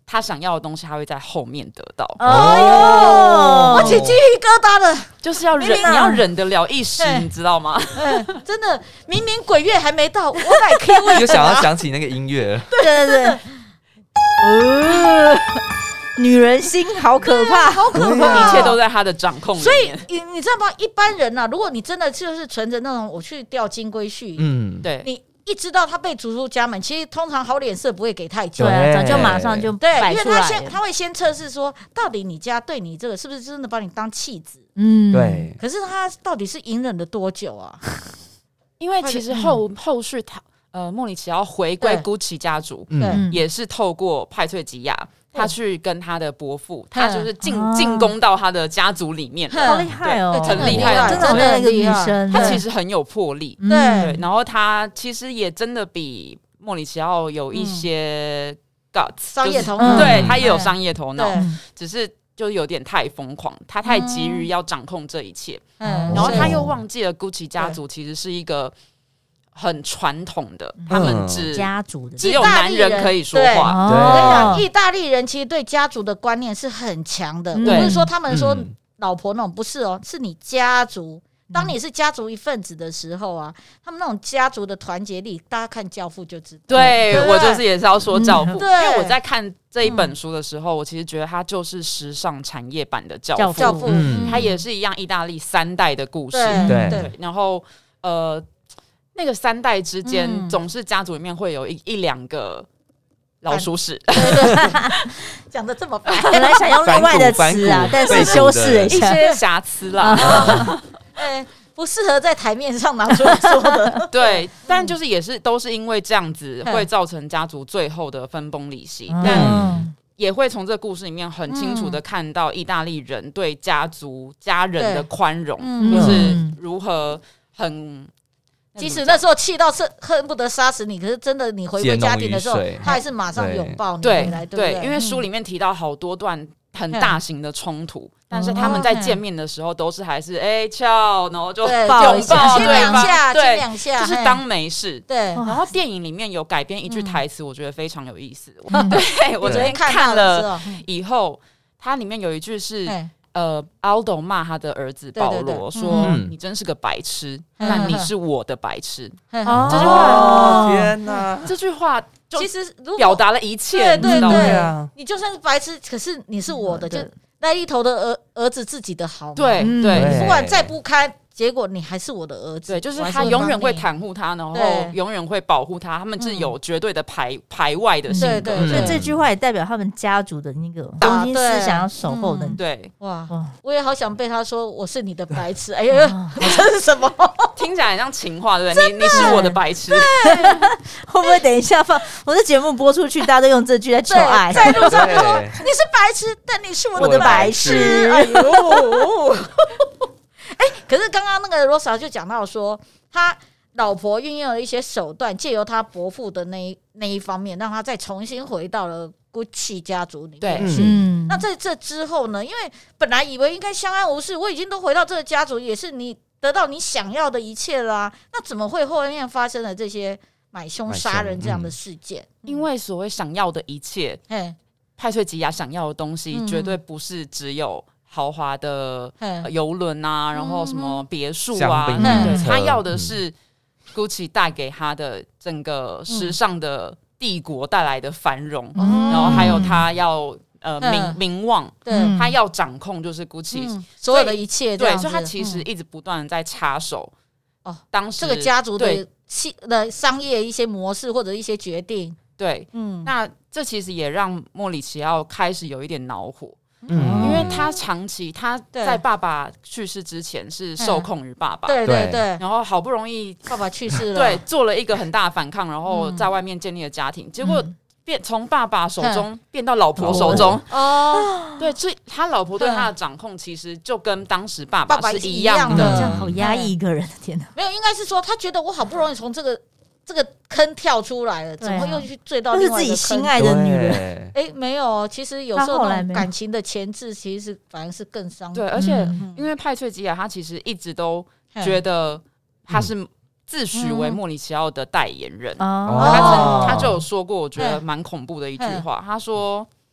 Speaker 4: 他想要的东西，他会在后面得到。
Speaker 5: 哎呦，
Speaker 1: 我起鸡皮疙瘩了。
Speaker 4: 就是要忍，
Speaker 1: 明明
Speaker 4: 你要忍得了一时，你知道吗？
Speaker 1: 嗯，真的，明明鬼月还没到，我乃 Q 位
Speaker 2: 就想要想起那个音乐了。
Speaker 5: 对对对，呃，女人心好可怕，
Speaker 1: 好可
Speaker 2: 对啊
Speaker 1: 怕，
Speaker 4: 一切都在他的掌控里
Speaker 1: 所以
Speaker 4: 面。
Speaker 1: 你你知道吗？一般人啊，如果你真的就是存着那种我去钓金龟婿，
Speaker 2: 嗯，
Speaker 4: 对，
Speaker 1: 你一知道他被逐出家门，其实通常好脸色不会给太久
Speaker 5: 对。啊，
Speaker 2: 对
Speaker 5: 早就马上就
Speaker 1: 对，因为
Speaker 5: 摆出来了。
Speaker 1: 他先他会先测试说，到底你家对你这个是不是真的把你当弃子？
Speaker 5: 嗯，
Speaker 2: 对，
Speaker 1: 可是他到底是隐忍了多久啊？
Speaker 4: 因为其实后、后续他呃莫里奇要回归
Speaker 1: 对
Speaker 4: Gucci 家族，
Speaker 1: 对
Speaker 2: 嗯，
Speaker 4: 也是透过派翠吉亚，他去跟他的伯父，
Speaker 1: 嗯
Speaker 4: 他就是进
Speaker 5: 哦
Speaker 4: 进攻到他的家族里面。
Speaker 1: 嗯
Speaker 5: 好厉害哦，
Speaker 1: 对
Speaker 4: 很厉害
Speaker 5: 真的好像一个女生，
Speaker 4: 他
Speaker 1: 对
Speaker 4: 其实很有魄力，
Speaker 5: 嗯
Speaker 1: 对
Speaker 4: 对，然后他其实也真的比莫里奇奥有一些 guts，、
Speaker 1: 商业头
Speaker 5: 脑
Speaker 4: 就是对
Speaker 1: 嗯
Speaker 4: 他也有商业头脑，
Speaker 1: 对
Speaker 5: 嗯
Speaker 4: 只是就有点太疯狂，他太急于要掌控这一切，
Speaker 1: 嗯，
Speaker 4: 然后他
Speaker 1: 是
Speaker 4: 又忘记了 Gucci 家族其实是一个很传统的，他们只
Speaker 5: 家族的
Speaker 4: 只有男人可以说话，
Speaker 1: 我跟你讲，
Speaker 5: 哦，
Speaker 1: 意大利人其实对家族的观念是很强的，
Speaker 5: 嗯
Speaker 1: 不是说他们说
Speaker 2: 嗯
Speaker 1: 老婆那种，不是哦，是你家族。当你是家族一份子的时候啊，他们那种家族的团结力，大家看《教父》就知道。
Speaker 4: 对
Speaker 1: 对
Speaker 4: 我就是也是要说教父，
Speaker 5: 嗯
Speaker 1: 对
Speaker 4: 因为我在看这一本书的时候，我其实觉得它就是时尚产业版的教父，
Speaker 5: 教父
Speaker 1: 教父，
Speaker 2: 嗯
Speaker 4: 它也是一样意大利三代的故事，
Speaker 1: 对
Speaker 2: 对
Speaker 1: 对，
Speaker 4: 然后呃，那个三代之间
Speaker 1: 嗯
Speaker 4: 总是家族里面会有一一两个老鼠屎，
Speaker 1: 讲的这么白，
Speaker 5: 本来想用另外的词啊，但是修饰了一
Speaker 4: 一
Speaker 5: 下，
Speaker 4: 些瑕疵啦，
Speaker 1: 哎，不适合在台面上拿出来说的。
Speaker 4: 对，但就是也是都是因为这样子
Speaker 1: 嗯
Speaker 4: 会造成家族最后的分崩离析，
Speaker 5: 嗯
Speaker 4: 但也会从这个故事里面很清楚的看到意大利人对家族家人的宽容，
Speaker 1: 嗯
Speaker 4: 就是
Speaker 5: 嗯
Speaker 4: 如何很。
Speaker 1: 即使那时候气到是恨不得杀死你，可是真的你回归家庭的时候
Speaker 2: 血浓于水，
Speaker 1: 他还是马上拥抱你
Speaker 4: 对
Speaker 1: 回来，对不
Speaker 4: 对，
Speaker 1: 对？
Speaker 4: 因为书里面提到好多段很大型的冲突，但是
Speaker 1: 哦
Speaker 4: 他们在见面的时候都是还是哎翘，然后就
Speaker 1: 对
Speaker 5: 抱一下
Speaker 4: 拥抱
Speaker 1: 亲两下，亲
Speaker 4: 对，
Speaker 1: 两下，嘿
Speaker 4: 就是当没事。
Speaker 1: 对
Speaker 5: 哦
Speaker 4: 然后电影里面有改编一句台词，我觉得非常有意思。
Speaker 5: 嗯
Speaker 4: 对我昨天看
Speaker 1: 看的时
Speaker 4: 了
Speaker 1: 候，
Speaker 4: 以后，它里面有一句是
Speaker 1: 嘿
Speaker 4: 呃，Aldo 骂他的儿子保
Speaker 1: 对对对
Speaker 4: 罗说：“
Speaker 2: 嗯
Speaker 4: 你真是个白痴，
Speaker 1: 嗯
Speaker 4: 但你是我的白痴。
Speaker 1: 嘿
Speaker 5: 哦
Speaker 4: 这句话
Speaker 2: 哦天哪，”
Speaker 4: 这句话就
Speaker 1: 其实如果
Speaker 4: 表达了一切，
Speaker 1: 对对
Speaker 4: 你知道吗？
Speaker 1: 对
Speaker 2: 啊，
Speaker 1: 你就算是白痴，可是你是我的，就
Speaker 5: 对
Speaker 1: 那一头的儿儿子自己的好嘛，
Speaker 4: 对
Speaker 5: 嗯
Speaker 4: 对
Speaker 2: 对
Speaker 1: 不管再不堪，结果你还是我的儿子，
Speaker 4: 对，就是
Speaker 1: 我还
Speaker 4: 他永远会
Speaker 1: 帮
Speaker 4: 袒护他，然后
Speaker 1: 对
Speaker 4: 永远会保护他，他们是有绝对的排排外的性格。
Speaker 1: 对对
Speaker 5: 所以这句话也代表他们家族的那个中心思想要守候的
Speaker 1: 嗯。
Speaker 4: 对，
Speaker 1: 你。哇，
Speaker 5: 哇，
Speaker 1: 我也好想被他说我是你的白痴，哎呀，这是什么？
Speaker 4: 听起来很像情话，对不对？你你是我的白痴，
Speaker 5: 会不会等一下放我的节目播出去，大家都用这句来求爱？
Speaker 1: 在路上就说
Speaker 2: 对
Speaker 1: 你是白痴，但你是我
Speaker 5: 我的
Speaker 1: 白
Speaker 5: 白
Speaker 1: 痴。
Speaker 5: 痴
Speaker 1: 哎呦，哎，可是刚刚那个罗莎就讲到说，他老婆运用了一些手段，借由他伯父的那一那一方面，让他再重新回到了 Gucci 家族里面
Speaker 4: 对
Speaker 1: 去。
Speaker 5: 嗯，
Speaker 1: 那在这之后呢？因为本来以为应该相安无事，我已经都回到这个家族，也是你得到你想要的一切啦、啊。那怎么会后面发生了这些买凶杀人这样的事件？
Speaker 4: 因为所谓想要的一切，
Speaker 1: 哎
Speaker 4: 派翠吉亚想要的东西，
Speaker 1: 嗯
Speaker 4: 绝对不是只有豪华的
Speaker 1: 哎
Speaker 4: 呃游轮啊，然后什么别墅
Speaker 2: 香
Speaker 4: 啊，
Speaker 2: 槟
Speaker 1: 嗯
Speaker 4: 对，
Speaker 2: 车
Speaker 4: 他要的是 Gucci 带给他的整个时尚的帝国带来的繁荣，
Speaker 1: 嗯
Speaker 4: 然后还有他要呃
Speaker 1: 嗯
Speaker 4: 名名望，
Speaker 1: 对、
Speaker 5: 嗯
Speaker 4: 他要掌控就是 Gucci，、
Speaker 1: 嗯，所有的一切这
Speaker 4: 对，
Speaker 1: 样子，
Speaker 4: 所以他其实
Speaker 1: 嗯
Speaker 4: 一直不断的在插手。
Speaker 1: 哦，
Speaker 4: 当时
Speaker 1: 这个家族的
Speaker 4: 对
Speaker 1: 系的商业一些模式或者一些决定，
Speaker 4: 对，
Speaker 1: 嗯，
Speaker 4: 那这其实也让莫里奇奥开始有一点恼火，
Speaker 2: 嗯
Speaker 4: 因为他长期他
Speaker 1: 对
Speaker 4: 在爸爸去世之前是受控于爸爸，
Speaker 1: 对对
Speaker 2: 对
Speaker 1: 对，
Speaker 4: 然后好不容易
Speaker 1: 爸爸去世了，
Speaker 4: 对做了一个很大的反抗，然后
Speaker 1: 嗯
Speaker 4: 在外面建立了家庭，结果
Speaker 5: 嗯
Speaker 4: 变从爸爸手中变到老婆手中，
Speaker 1: 哦，
Speaker 4: 对，所以他老婆对他的掌控其实就跟当时爸
Speaker 1: 爸爸
Speaker 4: 是
Speaker 1: 是一样
Speaker 4: 样
Speaker 1: 的
Speaker 5: 这样好压抑一个人，天哪！
Speaker 1: 没有，应该是说他觉得我好不容易从这个这个坑跳出来了，
Speaker 5: 对啊
Speaker 1: 怎么又去坠到
Speaker 5: 那是
Speaker 1: 另外一个坑
Speaker 5: 自己心？爱的女人，
Speaker 2: 对
Speaker 1: 哎，没有哦，其实有时候那种
Speaker 5: 他后来没有
Speaker 1: 感情的前置，其实是反而是更伤。
Speaker 4: 对，而且
Speaker 5: 嗯
Speaker 4: 因为派翠吉亚他其实一直都觉得他是自诩为莫里奇奥的代言人，
Speaker 5: 哦
Speaker 4: 他
Speaker 2: 哦
Speaker 4: 曾他就有说过，我觉得蛮恐怖的一句话，他说。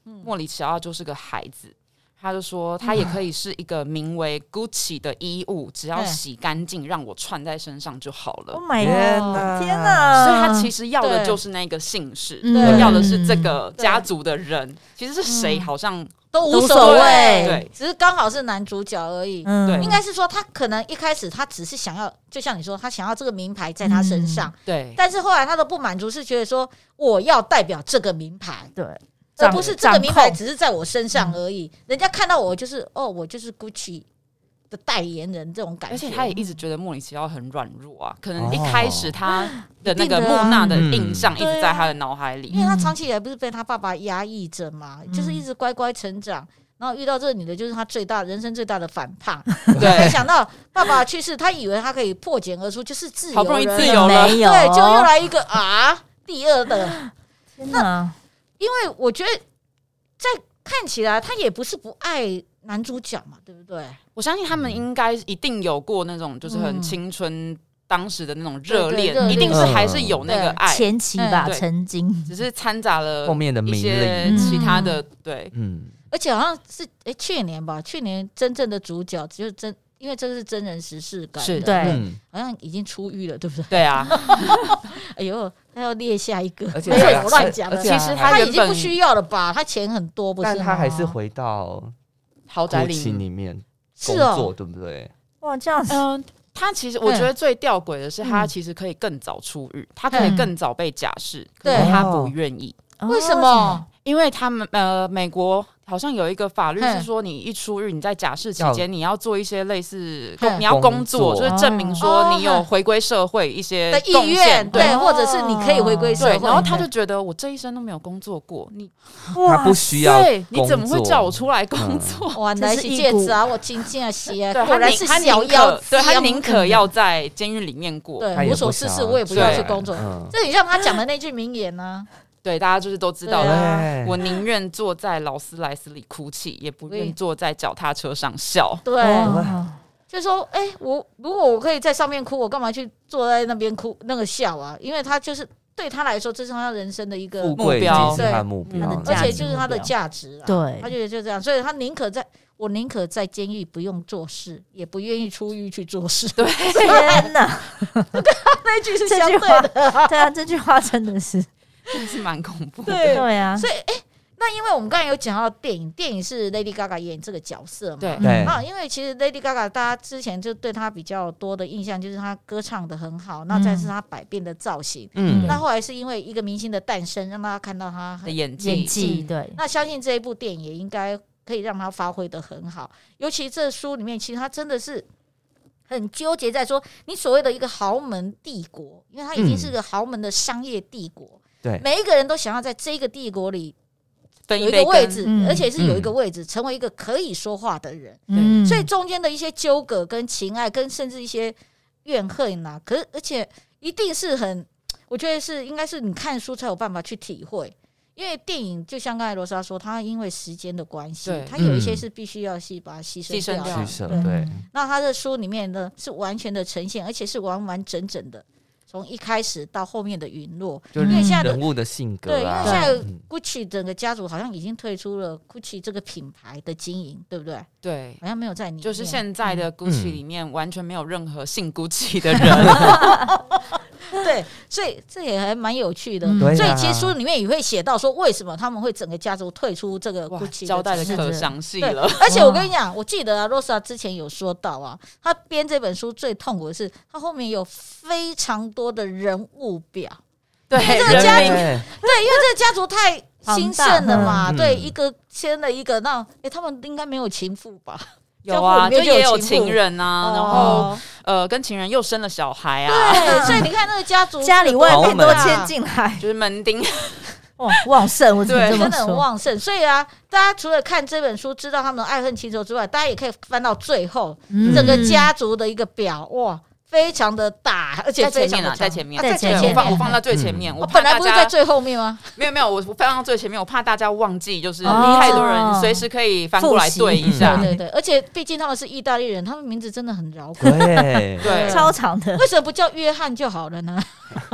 Speaker 4: 莫里奇奥就是个孩子。他就说，他也可以是一个名为 Gucci 的衣物，只要洗干净，让我穿在身上就好了。
Speaker 5: Oh my
Speaker 2: 天
Speaker 5: god！
Speaker 2: 哪
Speaker 5: 天哪！
Speaker 4: 所以他其实要的就是那个姓氏，我要的是这个家族的人。其实是谁好像
Speaker 1: 都无
Speaker 5: 所
Speaker 1: 所谓，
Speaker 4: 对，
Speaker 1: 只是刚好是男主角而已。
Speaker 5: 嗯
Speaker 4: 对
Speaker 1: 应该是说他可能一开始他只是想要，就像你说，他想要这个名牌在他身上，
Speaker 4: 对，
Speaker 1: 但是后来他的不满足是觉得说，我要代表这个名牌。
Speaker 5: 对，
Speaker 1: 而不是这个名牌
Speaker 5: 掌控
Speaker 1: 只是在我身上而已，人家看到我就是哦，我就是 Gucci 的代言人这种感觉。
Speaker 4: 而且他也一直觉得莫里奇奥很软弱啊，可能一
Speaker 2: 哦
Speaker 4: 开始他的那个
Speaker 1: 一定的啊
Speaker 4: 木讷的印象一
Speaker 1: 嗯
Speaker 4: 直在他的脑海里。
Speaker 1: 因为他长期以来不是被他爸爸压抑着嘛，
Speaker 5: 嗯
Speaker 1: 就是一直乖乖成长，然后遇到这个女的，就是他最大人生最大的反叛。
Speaker 4: 对
Speaker 1: 没想到爸爸去世，他以为他可以破茧而出，就是自由人，
Speaker 4: 好不容易自由了
Speaker 5: 没有，
Speaker 1: 对，就又来一个啊，第二的。
Speaker 5: 天哪！
Speaker 1: 因为我觉得在看起来他也不是不爱男主角嘛，对不对？
Speaker 4: 我相信他们应该一定有过那种就是很青春当时的那种热恋，
Speaker 1: 对对热恋
Speaker 4: 一定是还是有那个爱，
Speaker 5: 前期吧，
Speaker 4: 嗯对
Speaker 5: 曾经
Speaker 4: 只是掺杂了
Speaker 2: 后面的
Speaker 4: 一
Speaker 2: 名
Speaker 4: 些
Speaker 2: 利
Speaker 4: 其他的。对，
Speaker 2: 嗯，
Speaker 1: 而且好像是哎去年吧，去年真正的主角就是真，因为这个是真人实事改的，
Speaker 4: 是
Speaker 5: 对
Speaker 2: 嗯
Speaker 1: 好像已经出狱了，对不对？
Speaker 4: 对啊，
Speaker 1: 哎呦，他要列下一个，
Speaker 2: 而且
Speaker 1: 没有
Speaker 2: 还
Speaker 1: 我乱讲的。
Speaker 2: 而且
Speaker 4: 其实
Speaker 1: 他
Speaker 4: 他原本
Speaker 1: 已经不需要了吧？他钱很多，不是吗？
Speaker 2: 但他还是回到
Speaker 4: 豪宅
Speaker 2: Gucci
Speaker 4: 里
Speaker 2: 里面
Speaker 1: 是哦
Speaker 2: 工作，对不对？
Speaker 5: 哇，这样子
Speaker 4: 嗯，他其实我觉得最吊诡的是，他
Speaker 1: 嗯
Speaker 4: 其实可以更早出狱，他可以更早被假释，可
Speaker 1: 对
Speaker 4: 是他不愿意，
Speaker 1: 为什么？
Speaker 4: 因为他们呃，美国好像有一个法律
Speaker 1: 嘿
Speaker 4: 是说，你一出狱，你在假释期
Speaker 2: 要
Speaker 4: 间，你要做一些类似
Speaker 1: 嘿
Speaker 4: 你要工作，
Speaker 2: 工作
Speaker 4: 就是证明说
Speaker 1: 哦
Speaker 4: 你有回归社会一些
Speaker 1: 的
Speaker 4: 贡
Speaker 1: 意愿，
Speaker 4: 献，
Speaker 1: 对，
Speaker 4: 对。
Speaker 1: 或者是你可以回归社
Speaker 4: 对，
Speaker 1: 会。
Speaker 4: 然后他就觉得我这一生都没有工作过，你
Speaker 2: 他不需要
Speaker 4: 对，你怎么会
Speaker 2: 工作
Speaker 4: 叫我出来工作？
Speaker 1: 哇，
Speaker 5: 这
Speaker 1: 来洗
Speaker 5: 是一股
Speaker 1: 戒指啊，我亲亲啊，洗啊，
Speaker 4: 对，
Speaker 1: 果然是
Speaker 4: 他宁他
Speaker 1: 小妖
Speaker 4: 宁可，对他
Speaker 1: 精
Speaker 4: 宁可要在监狱里面过。
Speaker 1: 对
Speaker 2: 他也
Speaker 1: 无所事事，
Speaker 2: 不想要
Speaker 1: 我也不要去
Speaker 4: 对
Speaker 1: 工作。
Speaker 2: 嗯
Speaker 1: 这很像他讲的那句名言呢。
Speaker 4: 对，大家就是都知道
Speaker 1: 对
Speaker 4: 的。
Speaker 2: 啊
Speaker 4: 我宁愿坐在劳斯莱斯里哭泣，也不
Speaker 1: 对
Speaker 4: 愿坐在脚踏车上笑。
Speaker 1: 对，
Speaker 5: 哇
Speaker 1: 就说，哎，我如果我可以在上面哭，我干嘛去坐在那边哭那个笑啊？因为他就是对他来说，这是他人生的一个
Speaker 2: 富贵已经是他的目标了，
Speaker 5: 对他的价值
Speaker 1: 而且就是他的价值啊，
Speaker 5: 对
Speaker 1: 他觉得就这样，所以他宁可在我宁可在监狱不用做事，也不愿意出狱去做事。对，
Speaker 5: 天哪！
Speaker 1: 那一句是相
Speaker 5: 这句话
Speaker 1: 对的、啊。
Speaker 5: 对啊，这句话真的是
Speaker 4: 真的是蛮恐怖的。
Speaker 1: 对
Speaker 5: 对啊，
Speaker 1: 所以，哎、那因为我们刚才有讲到电影，电影是 Lady Gaga 演这个角色嘛？
Speaker 4: 对
Speaker 2: 对
Speaker 1: 啊，因为其实 Lady Gaga 大家之前就对她比较多的印象就是她歌唱的很好，那再是她百变的造型。
Speaker 2: 嗯
Speaker 1: 那后来是因为一个明星的诞生，让大家看到她
Speaker 4: 的
Speaker 1: 很
Speaker 5: 演
Speaker 4: 演技，
Speaker 5: 技对，
Speaker 1: 那相信这一部电影也应该可以让他发挥的很好，尤其这书里面，其实他真的是很纠结在说，你所谓的一个豪门帝国，因为它已经是个豪门的商业帝国，
Speaker 2: 对
Speaker 1: 每一个人都想要在这个帝国里
Speaker 4: 分
Speaker 1: 有
Speaker 4: 一杯羹。
Speaker 1: 一个位置，
Speaker 5: 嗯
Speaker 1: 而且是有一个位置，成为一个可以说话的人，
Speaker 5: 嗯
Speaker 1: 所以中间的一些纠葛、跟情爱、跟甚至一些怨恨呐、可是而且一定是很，我觉得是应该是你看书才有办法去体会。因为电影就像刚才罗莎说，它因为时间的关系
Speaker 4: 对，
Speaker 1: 它有一些
Speaker 2: 嗯
Speaker 1: 是必须要去把它牺
Speaker 4: 牺牲掉
Speaker 1: 牲掉的。
Speaker 2: 取舍，
Speaker 1: 对
Speaker 2: 对，
Speaker 1: 那他的书里面呢是完全的呈现，而且是完完整整的，从一开始到后面的陨落。
Speaker 2: 就
Speaker 1: 因为现在的
Speaker 2: 人物的性格
Speaker 1: 对，因为
Speaker 2: 啊，
Speaker 1: 现在
Speaker 2: 嗯
Speaker 1: Gucci 整个家族好像已经退出了 Gucci 这个品牌的经营，对不对？
Speaker 4: 对，
Speaker 1: 好像没有在里面。
Speaker 4: 就是现在的
Speaker 2: 嗯
Speaker 4: Gucci 里面完全没有任何姓 Gucci 的人。
Speaker 1: 对，所以这也还蛮有趣的。
Speaker 5: 嗯
Speaker 2: 对啊
Speaker 1: 所以其实书里面也会写到说，为什么他们会整个家族退出这个
Speaker 4: 哇，
Speaker 1: Gucci
Speaker 4: 交代的
Speaker 1: 的
Speaker 4: 可详细
Speaker 1: 对
Speaker 4: 了。，
Speaker 1: 而且我跟你讲，我记得啊，罗莎之前有说到啊，他编这本书最痛苦的是，他后面有非常多的人物表，
Speaker 4: 对，
Speaker 1: 这个家
Speaker 4: 人民
Speaker 1: 对，因为这个家族太兴盛了嘛，
Speaker 2: 庞大
Speaker 1: 对，
Speaker 2: 嗯
Speaker 1: 一个签了一个，那哎，他们应该没有情妇吧？
Speaker 4: 有啊，就
Speaker 1: 家族里面就有
Speaker 4: 也有
Speaker 1: 情妇
Speaker 4: 情人啊，然后
Speaker 1: 哦
Speaker 4: 呃，跟情人又生了小孩啊，
Speaker 1: 对，所以你看那个家族
Speaker 5: 家里外面都
Speaker 2: 豪门啊
Speaker 5: 迁进来，
Speaker 4: 就是门丁。
Speaker 5: 哇，旺盛，我只能
Speaker 4: 对
Speaker 5: 这么
Speaker 1: 真的很
Speaker 5: 说。
Speaker 1: 旺盛，所以啊，大家除了看这本书知道他们的爱恨情仇之外，大家也可以翻到最后，
Speaker 5: 嗯
Speaker 1: 整个家族的一个表，哇，非常的大，而且
Speaker 4: 在
Speaker 1: 非常的
Speaker 4: 前面啊，在前面，
Speaker 1: 啊在
Speaker 5: 前面
Speaker 4: 对我放
Speaker 1: 面
Speaker 4: 我放到最前面，
Speaker 2: 嗯
Speaker 4: 我怕
Speaker 1: 我本来
Speaker 4: 大家
Speaker 1: 不是在最后面吗？
Speaker 4: 没有没有，我我放到最前面，我怕大家忘记，就是
Speaker 5: 哦
Speaker 4: 太多人随时可以翻过来对一下
Speaker 2: 复。
Speaker 1: 对对对，而且毕竟他们是意大利人，他们名字真的很绕口。
Speaker 2: 对
Speaker 4: 对，
Speaker 5: 超长的，
Speaker 1: 为什么不叫约翰就好了呢？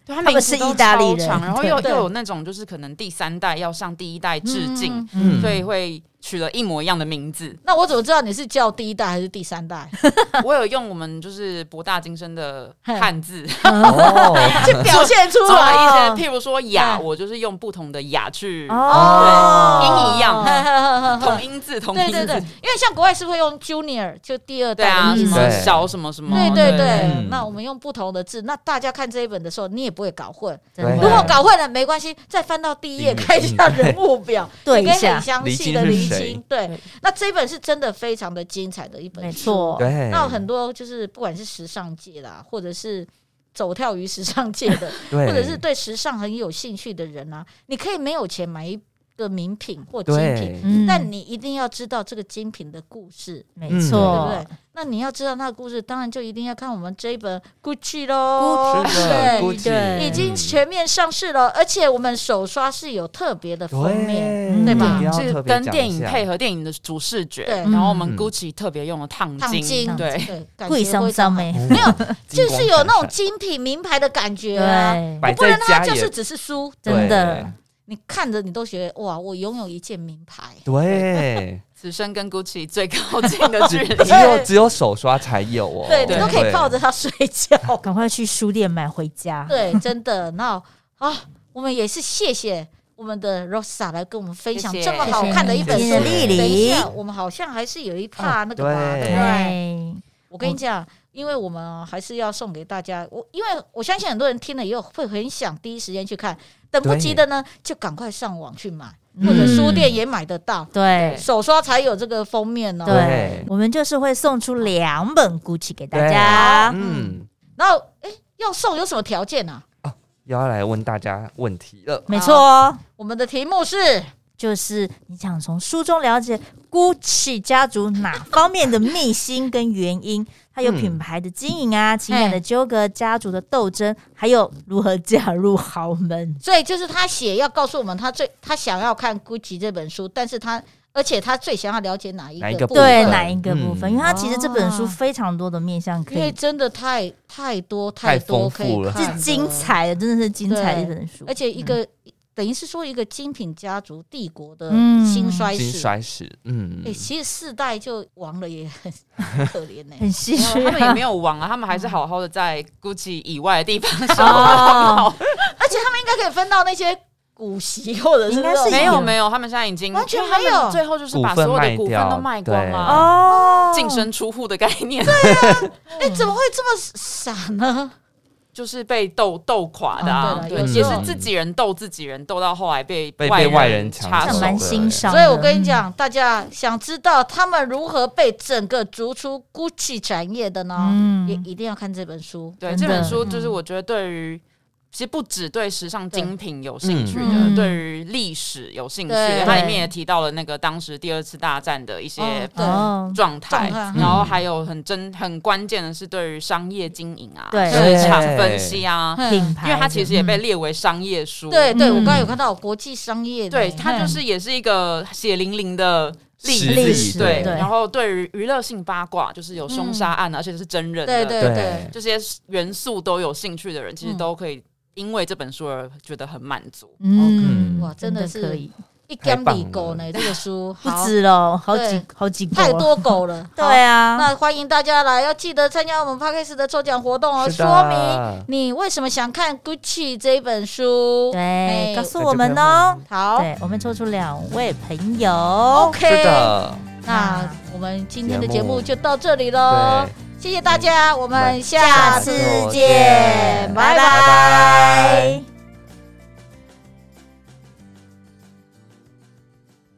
Speaker 4: 对，他们是
Speaker 5: 意大利人，
Speaker 4: 然后又又有那种就是可能第三代要向第一代致敬，
Speaker 2: 嗯
Speaker 4: 所以会取了一模一样的名字。
Speaker 1: 那我怎么知道你是叫第一代还是第三代？
Speaker 4: 我有用我们就是博大精深的汉字
Speaker 2: 哦，
Speaker 1: 去表现出
Speaker 4: 做了一
Speaker 1: 来。
Speaker 4: 些，譬如说雅，
Speaker 1: 嗯
Speaker 4: 我就是用不同的雅去，
Speaker 5: 哦
Speaker 4: 对，音一样，
Speaker 1: 样
Speaker 4: 同音字同音字，
Speaker 1: 对对对，因为像国外是会用 junior 就第二代
Speaker 4: 对啊，什
Speaker 1: 的意思。
Speaker 4: 么小什么什么，
Speaker 1: 对对对，
Speaker 2: 嗯
Speaker 1: 那我们用不同的字，那大家看这一本的时候，你也不会搞混。
Speaker 5: 真的
Speaker 1: 如果搞混了没关系，再翻到第一页看一下人物表，也可以
Speaker 5: 对一下
Speaker 1: 很详细的厘
Speaker 2: 厘清是谁
Speaker 1: 清。对，那这一本是真的非常的精彩的一本书。
Speaker 5: 没错，
Speaker 2: 对，
Speaker 1: 那有很多就是不管是时尚界啦，或者是走跳于时尚界的，
Speaker 2: 对
Speaker 1: 或者是对时尚很有兴趣的人啊，你可以没有钱买一个名品或精品，
Speaker 2: 对，
Speaker 5: 嗯
Speaker 1: 但你一定要知道这个精品的故事。
Speaker 5: 没
Speaker 1: 对不
Speaker 5: 错，
Speaker 1: 对？那你要知道它的故事，当然就一定要看我们这一本 Gucci 咯，
Speaker 2: 是的
Speaker 1: 对，
Speaker 2: ，Gucci
Speaker 5: 对
Speaker 1: 已经全面上市了，而且我们手刷是有特别的封面，
Speaker 2: 对
Speaker 1: 对吧
Speaker 2: 一定要
Speaker 4: 是
Speaker 2: 特别
Speaker 4: 跟电影
Speaker 2: 讲一下
Speaker 4: 配合电影的主视觉，
Speaker 1: 对
Speaker 4: 然后我们
Speaker 2: 嗯
Speaker 4: Gucci 特别用了烫金，
Speaker 1: 烫金，
Speaker 4: 对，
Speaker 1: 对，感
Speaker 5: 贵桑
Speaker 1: 觉会
Speaker 5: 桑没，
Speaker 1: 没有，就
Speaker 2: 金光
Speaker 1: 是有那种
Speaker 2: 闪闪
Speaker 1: 精品名牌的感觉啊。
Speaker 5: 对，
Speaker 2: 摆
Speaker 1: 不然
Speaker 2: 在家也
Speaker 1: 它就是只是书，
Speaker 5: 真的
Speaker 1: 你看着你都觉得哇，我拥有一件名牌。
Speaker 2: 对，
Speaker 4: 此生跟 Gucci 最靠近的距离。
Speaker 2: 只有只有手刷才有哦，
Speaker 1: 对你都可以抱着它睡觉。
Speaker 5: 赶快去书店买回家。
Speaker 1: 对，真的。那啊，我们也是谢谢我们的 Rosa 来跟我们分享
Speaker 4: 谢谢
Speaker 1: 这么好看的一本书。
Speaker 5: 谢谢丽丽
Speaker 1: 等一下，我们好像还是有一趴那个吧，
Speaker 2: 对
Speaker 1: 对不对？
Speaker 5: 对，
Speaker 1: 我跟你讲，因为我们还是要送给大家，我因为我相信很多人听了以后会很想第一时间去看，等不及的呢就赶快上网去买，或者书店也买得到。
Speaker 5: 对
Speaker 1: 手刷才有这个封面哦。
Speaker 5: 对，我们就是会送出两本 Gucci 给大
Speaker 2: 对
Speaker 5: 家。
Speaker 2: 嗯，
Speaker 1: 然后，哎，要送有什么条件啊？
Speaker 2: 又要来问大家问题了，
Speaker 5: 没错哦，
Speaker 1: 我们的题目是
Speaker 5: 就是你想从书中了解 Gucci 家族哪方面的秘辛跟原因，它有品牌的经营啊、情感的纠葛、家族的斗争，还有如何嫁入豪门。
Speaker 1: 所以就是他写要告诉我们，他最他想要看 Gucci 这本书，但是他而且他最想要了解哪一
Speaker 2: 哪一个
Speaker 1: 部分？
Speaker 5: 对哪一个部分？
Speaker 2: 嗯
Speaker 5: 因为它其实这本书
Speaker 1: 哦
Speaker 5: 非常多的面向可以，
Speaker 1: 因为真的太太多
Speaker 2: 太丰
Speaker 1: 多可以
Speaker 2: 富了
Speaker 1: 看的
Speaker 5: 是精，彩的，真的是精彩的一本书。
Speaker 1: 而且一个、等于是说一个精品家族帝国的
Speaker 5: 嗯
Speaker 2: 金
Speaker 1: 兴衰史。
Speaker 2: 衰史，嗯
Speaker 1: 哎、，其实四代就亡了也很很可怜呢、
Speaker 5: 很唏
Speaker 4: 没有
Speaker 5: 嘘
Speaker 4: 他们也
Speaker 5: 啊
Speaker 4: 没有亡啊，他们还是好好的在 Gucci 以外的地方生活。
Speaker 5: 哦，
Speaker 1: 而且他们应该可以分到那些股息，或者是
Speaker 5: 应该是
Speaker 1: 那种
Speaker 4: 没有没有，他们现在已经
Speaker 1: 完全
Speaker 4: 因为他们
Speaker 1: 没有
Speaker 4: 最后就是把所有的股份都卖光了，
Speaker 5: 哦，
Speaker 4: 净身出户的概念，
Speaker 1: 哎、怎么会这么傻呢？
Speaker 4: 就是被斗斗垮的啊
Speaker 1: 哦。对
Speaker 4: 对，
Speaker 1: 了
Speaker 2: 有时候
Speaker 4: 也是自己人斗自己人，斗到后来被
Speaker 2: 被
Speaker 4: 外
Speaker 2: 被外人抢
Speaker 4: 插手
Speaker 5: 这蛮
Speaker 2: 走的
Speaker 5: 欣赏的。
Speaker 1: 所以我跟你讲，大家想知道他们如何被整个逐出 Gucci 产业的呢？
Speaker 5: 嗯
Speaker 1: 也一定要看这本书。
Speaker 4: 对，
Speaker 5: 真的
Speaker 4: 这本书就是我觉得对于。其实不只对时尚精品有兴趣的，
Speaker 5: 嗯
Speaker 4: 对于历史有兴趣
Speaker 1: 对
Speaker 4: 的，它里面也提到了那个当时第二次大战的一些
Speaker 1: 哦对
Speaker 5: 哦，
Speaker 4: 状态，
Speaker 1: 状态
Speaker 4: 然后还有很真很关键的是对于商业经营啊、
Speaker 5: 对
Speaker 4: 市场分析啊，
Speaker 1: 嗯
Speaker 5: 品牌的，
Speaker 4: 因为它其实也被
Speaker 5: 嗯
Speaker 4: 列为商业书。
Speaker 1: 对对，
Speaker 5: 嗯
Speaker 1: 我刚刚有看到国际商业的，
Speaker 4: 对，它就是也是一个血淋淋的历
Speaker 2: 实
Speaker 5: 历
Speaker 2: 历
Speaker 5: 史
Speaker 4: 对，
Speaker 5: 对
Speaker 4: 然后对于娱乐性八卦，就是有凶杀案啊，而且是真人
Speaker 1: 对
Speaker 4: 的，
Speaker 1: 对对，
Speaker 4: 这些元素都有兴趣的人，其实
Speaker 1: 嗯
Speaker 4: 都可以因为这本书而觉得很满足。
Speaker 5: 嗯，
Speaker 1: 哇真的是
Speaker 5: 可以，
Speaker 1: 一干里狗呢，这个书
Speaker 5: 不
Speaker 1: 好
Speaker 5: 止喽，好几
Speaker 1: 对
Speaker 5: 好几个
Speaker 1: 太多狗了。
Speaker 5: 对
Speaker 1: 好，
Speaker 5: 啊，
Speaker 1: 那欢迎大家来，要记得参加我们 Podcast 的抽奖活动哦，
Speaker 2: 是的
Speaker 1: 说明你为什么想看 Gucci 这一本书。
Speaker 5: 对，
Speaker 1: 哎
Speaker 5: 告诉我们哦。
Speaker 1: 好
Speaker 5: 对，我们抽出两位朋友。
Speaker 1: ，OK，
Speaker 2: 是的，
Speaker 1: 那我们今天的节目就到这里喽
Speaker 2: 对，
Speaker 1: 谢谢大家，我们
Speaker 2: 我们
Speaker 1: 下次
Speaker 2: 下次
Speaker 1: 见，
Speaker 2: 见
Speaker 1: 拜
Speaker 2: 拜拜